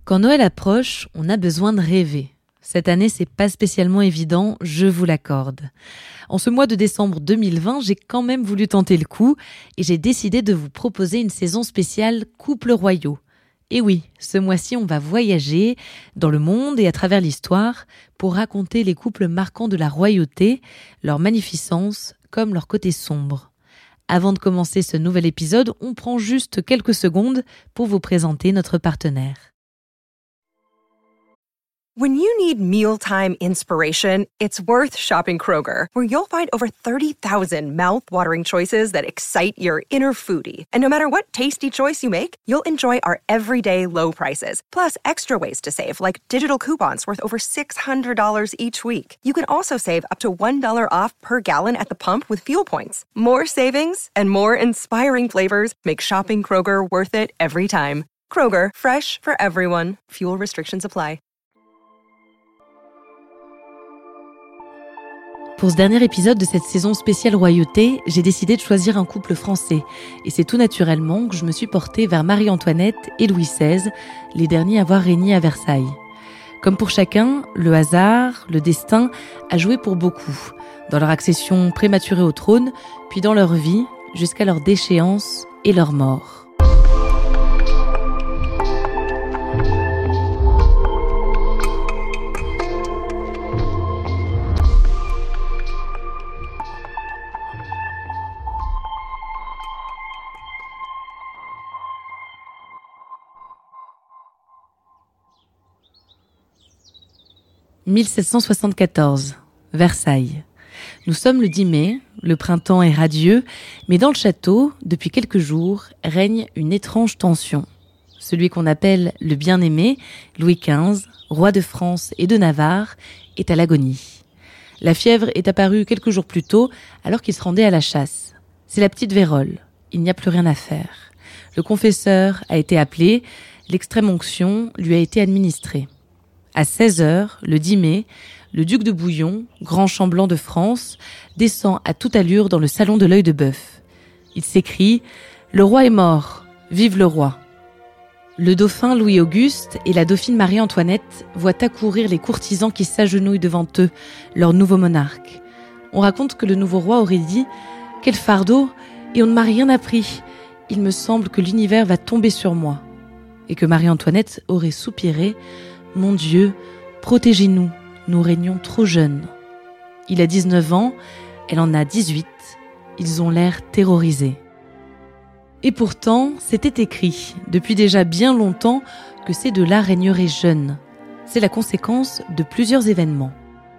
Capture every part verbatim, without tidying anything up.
Quand Noël approche, on a besoin de rêver. Cette année, c'est pas spécialement évident, je vous l'accorde. En ce mois de décembre deux mille vingt, j'ai quand même voulu tenter le coup et j'ai décidé de vous proposer une saison spéciale Couples royaux. Et oui, ce mois-ci, on va voyager dans le monde et à travers l'histoire pour raconter les couples marquants de la royauté, leur magnificence comme leur côté sombre. Avant de commencer ce nouvel épisode, on prend juste quelques secondes pour vous présenter notre partenaire. When you need mealtime inspiration, it's worth shopping Kroger, where you'll find over thirty thousand mouth-watering choices that excite your inner foodie. And no matter what tasty choice you make, you'll enjoy our everyday low prices, plus extra ways to save, like digital coupons worth over six hundred dollars each week. You can also save up to one dollar off per gallon at the pump with fuel points. More savings and more inspiring flavors make shopping Kroger worth it every time. Kroger, fresh for everyone. Fuel restrictions apply. Pour ce dernier épisode de cette saison spéciale royauté, j'ai décidé de choisir un couple français. Et c'est tout naturellement que je me suis portée vers Marie-Antoinette et Louis seize, les derniers à avoir régné à Versailles. Comme pour chacun, le hasard, le destin a joué pour beaucoup, dans leur accession prématurée au trône, puis dans leur vie, jusqu'à leur déchéance et leur mort. mille sept cent soixante-quatorze, Versailles. Nous sommes le dix mai, le printemps est radieux, mais dans le château, depuis quelques jours, règne une étrange tension. Celui qu'on appelle le bien-aimé, Louis quinze, roi de France et de Navarre, est à l'agonie. La fièvre est apparue quelques jours plus tôt, alors qu'il se rendait à la chasse. C'est la petite vérole, il n'y a plus rien à faire. Le confesseur a été appelé, l'extrême-onction lui a été administrée. À seize heures, le dix mai, le duc de Bouillon, grand chambellan de France, descend à toute allure dans le salon de l'Œil de Bœuf. Il s'écrie « Le roi est mort, vive le roi !» Le dauphin Louis-Auguste et la dauphine Marie-Antoinette voient accourir les courtisans qui s'agenouillent devant eux, leur nouveau monarque. On raconte que le nouveau roi aurait dit « Quel fardeau, et on ne m'a rien appris. Il me semble que l'univers va tomber sur moi. » Et que Marie-Antoinette aurait soupiré « Mon Dieu, protégez-nous, nous régnons trop jeunes. » Il a dix-neuf ans, elle en a dix-huit. Ils ont l'air terrorisés. Et pourtant, c'était écrit, depuis déjà bien longtemps, que ces deux-là régneraient jeunes. C'est la conséquence de plusieurs événements.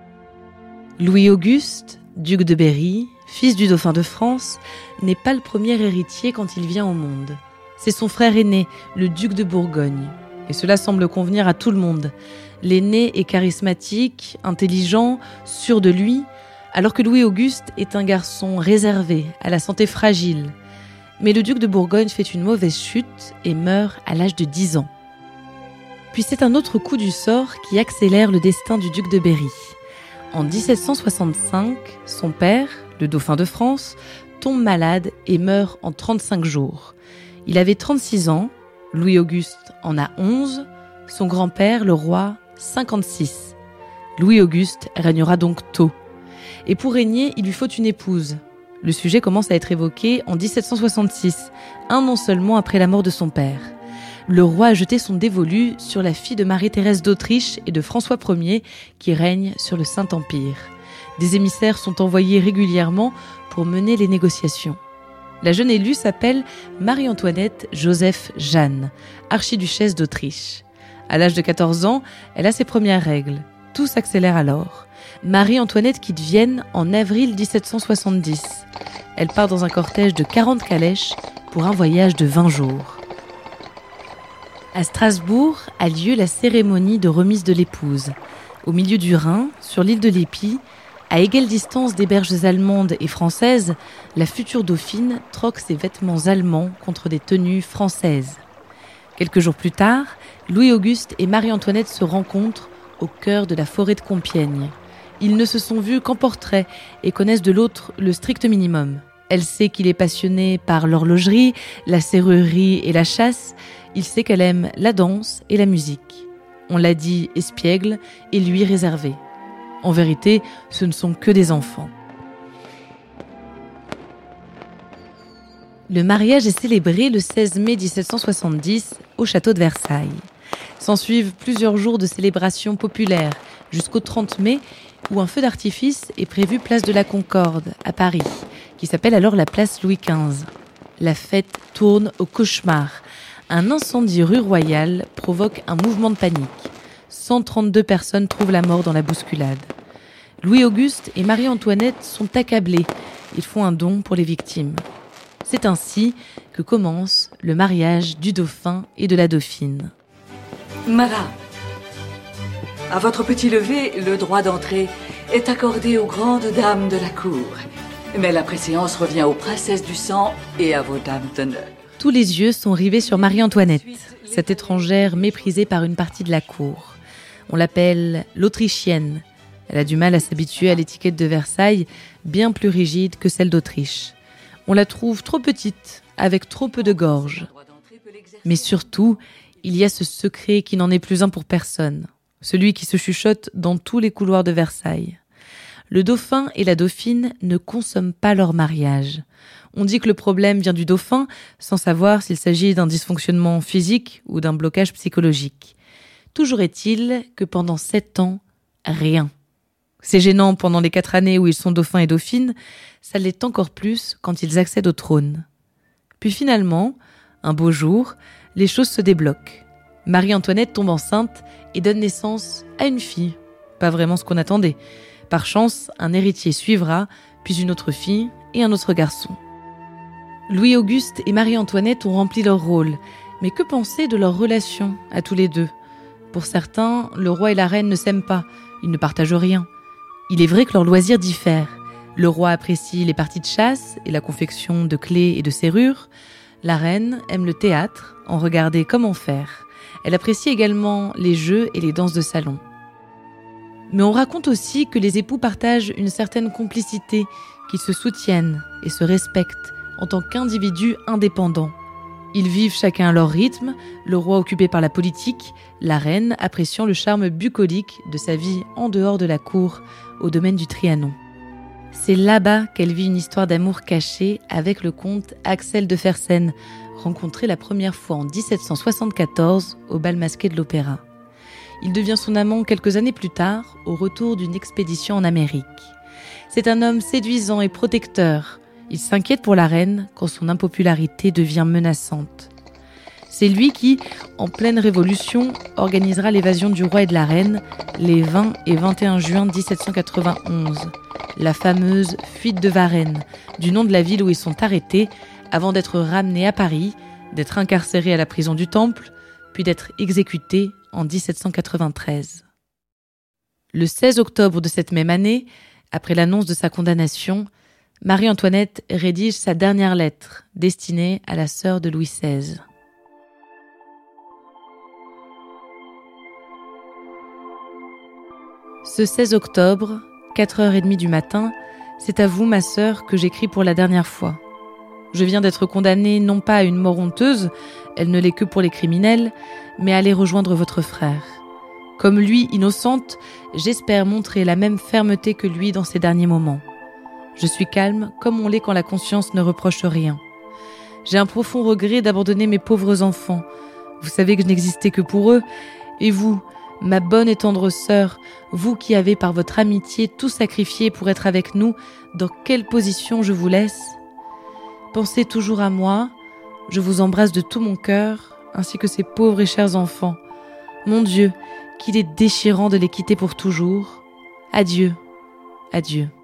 Louis-Auguste, duc de Berry, fils du dauphin de France, n'est pas le premier héritier quand il vient au monde. C'est son frère aîné, le duc de Bourgogne. Et cela semble convenir à tout le monde. L'aîné est charismatique, intelligent, sûr de lui, alors que Louis-Auguste est un garçon réservé, à la santé fragile. Mais le duc de Bourgogne fait une mauvaise chute et meurt à l'âge de dix ans. Puis c'est un autre coup du sort qui accélère le destin du duc de Berry. En dix-sept cent soixante-cinq, son père, le dauphin de France, tombe malade et meurt en trente-cinq jours. Il avait trente-six ans, Louis-Auguste en a onze, son grand-père, le roi, cinquante-six. Louis-Auguste régnera donc tôt. Et pour régner, il lui faut une épouse. Le sujet commence à être évoqué en dix-sept cent soixante-six, un an seulement après la mort de son père. Le roi a jeté son dévolu sur la fille de Marie-Thérèse d'Autriche et de François Ier, qui règne sur le Saint-Empire. Des émissaires sont envoyés régulièrement pour mener les négociations. La jeune élue s'appelle Marie-Antoinette Joseph Jeanne, archiduchesse d'Autriche. À l'âge de quatorze ans, elle a ses premières règles. Tout s'accélère alors. Marie-Antoinette quitte Vienne en avril dix-sept cent soixante-dix. Elle part dans un cortège de quarante calèches pour un voyage de vingt jours. À Strasbourg a lieu la cérémonie de remise de l'épouse. Au milieu du Rhin, sur l'île de l'Épie, à égale distance des berges allemandes et françaises, la future dauphine troque ses vêtements allemands contre des tenues françaises. Quelques jours plus tard, Louis-Auguste et Marie-Antoinette se rencontrent au cœur de la forêt de Compiègne. Ils ne se sont vus qu'en portrait et connaissent de l'autre le strict minimum. Elle sait qu'il est passionné par l'horlogerie, la serrurerie et la chasse. Il sait qu'elle aime la danse et la musique. On l'a dit espiègle et lui réservé. En vérité, ce ne sont que des enfants. Le mariage est célébré le seize mai dix-sept cent soixante-dix au château de Versailles. S'ensuivent plusieurs jours de célébrations populaires jusqu'au trente mai où un feu d'artifice est prévu place de la Concorde à Paris, qui s'appelle alors la place Louis quinze. La fête tourne au cauchemar. Un incendie rue Royale provoque un mouvement de panique. cent trente-deux personnes trouvent la mort dans la bousculade. Louis-Auguste et Marie-Antoinette sont accablés. Ils font un don pour les victimes. C'est ainsi que commence le mariage du dauphin et de la dauphine. Madame, à votre petit lever, le droit d'entrée est accordé aux grandes dames de la cour. Mais la préséance revient aux princesses du sang et à vos dames d'honneur. Tous les yeux sont rivés sur Marie-Antoinette, cette étrangère méprisée par une partie de la cour. On l'appelle l'Autrichienne. Elle a du mal à s'habituer à l'étiquette de Versailles, bien plus rigide que celle d'Autriche. On la trouve trop petite, avec trop peu de gorge. Mais surtout, il y a ce secret qui n'en est plus un pour personne, celui qui se chuchote dans tous les couloirs de Versailles. Le dauphin et la dauphine ne consomment pas leur mariage. On dit que le problème vient du dauphin, sans savoir s'il s'agit d'un dysfonctionnement physique ou d'un blocage psychologique. Toujours est-il que pendant sept ans, rien. C'est gênant pendant les quatre années où ils sont dauphins et dauphines, ça l'est encore plus quand ils accèdent au trône. Puis finalement, un beau jour, les choses se débloquent. Marie-Antoinette tombe enceinte et donne naissance à une fille. Pas vraiment ce qu'on attendait. Par chance, un héritier suivra, puis une autre fille et un autre garçon. Louis-Auguste et Marie-Antoinette ont rempli leur rôle, mais que penser de leur relation à tous les deux ? Pour certains, le roi et la reine ne s'aiment pas, ils ne partagent rien. Il est vrai que leurs loisirs diffèrent. Le roi apprécie les parties de chasse et la confection de clés et de serrures. La reine aime le théâtre, en regarder comme en faire. Elle apprécie également les jeux et les danses de salon. Mais on raconte aussi que les époux partagent une certaine complicité, qu'ils se soutiennent et se respectent en tant qu'individus indépendants. Ils vivent chacun à leur rythme, le roi occupé par la politique, la reine appréciant le charme bucolique de sa vie en dehors de la cour, au domaine du Trianon. C'est là-bas qu'elle vit une histoire d'amour cachée avec le comte Axel de Fersen, rencontré la première fois en dix-sept cent soixante-quatorze au bal masqué de l'Opéra. Il devient son amant quelques années plus tard, au retour d'une expédition en Amérique. C'est un homme séduisant et protecteur. Il s'inquiète pour la reine quand son impopularité devient menaçante. C'est lui qui, en pleine révolution, organisera l'évasion du roi et de la reine les vingt et vingt et un juin dix-sept cent quatre-vingt-onze. La fameuse fuite de Varennes, du nom de la ville où ils sont arrêtés, avant d'être ramenés à Paris, d'être incarcérés à la prison du Temple, puis d'être exécutés en dix-sept cent quatre-vingt-treize. Le seize octobre de cette même année, après l'annonce de sa condamnation, Marie-Antoinette rédige sa dernière lettre, destinée à la sœur de Louis seize. Ce seize octobre, quatre heures trente du matin, c'est à vous, ma sœur, que j'écris pour la dernière fois. Je viens d'être condamnée non pas à une mort honteuse, elle ne l'est que pour les criminels, mais à aller rejoindre votre frère. Comme lui, innocente, j'espère montrer la même fermeté que lui dans ses derniers moments. Je suis calme, comme on l'est quand la conscience ne reproche rien. J'ai un profond regret d'abandonner mes pauvres enfants. Vous savez que je n'existais que pour eux. Et vous, ma bonne et tendre sœur, vous qui avez par votre amitié tout sacrifié pour être avec nous, dans quelle position je vous laisse ? Pensez toujours à moi, je vous embrasse de tout mon cœur, ainsi que ces pauvres et chers enfants. Mon Dieu, qu'il est déchirant de les quitter pour toujours. Adieu, adieu.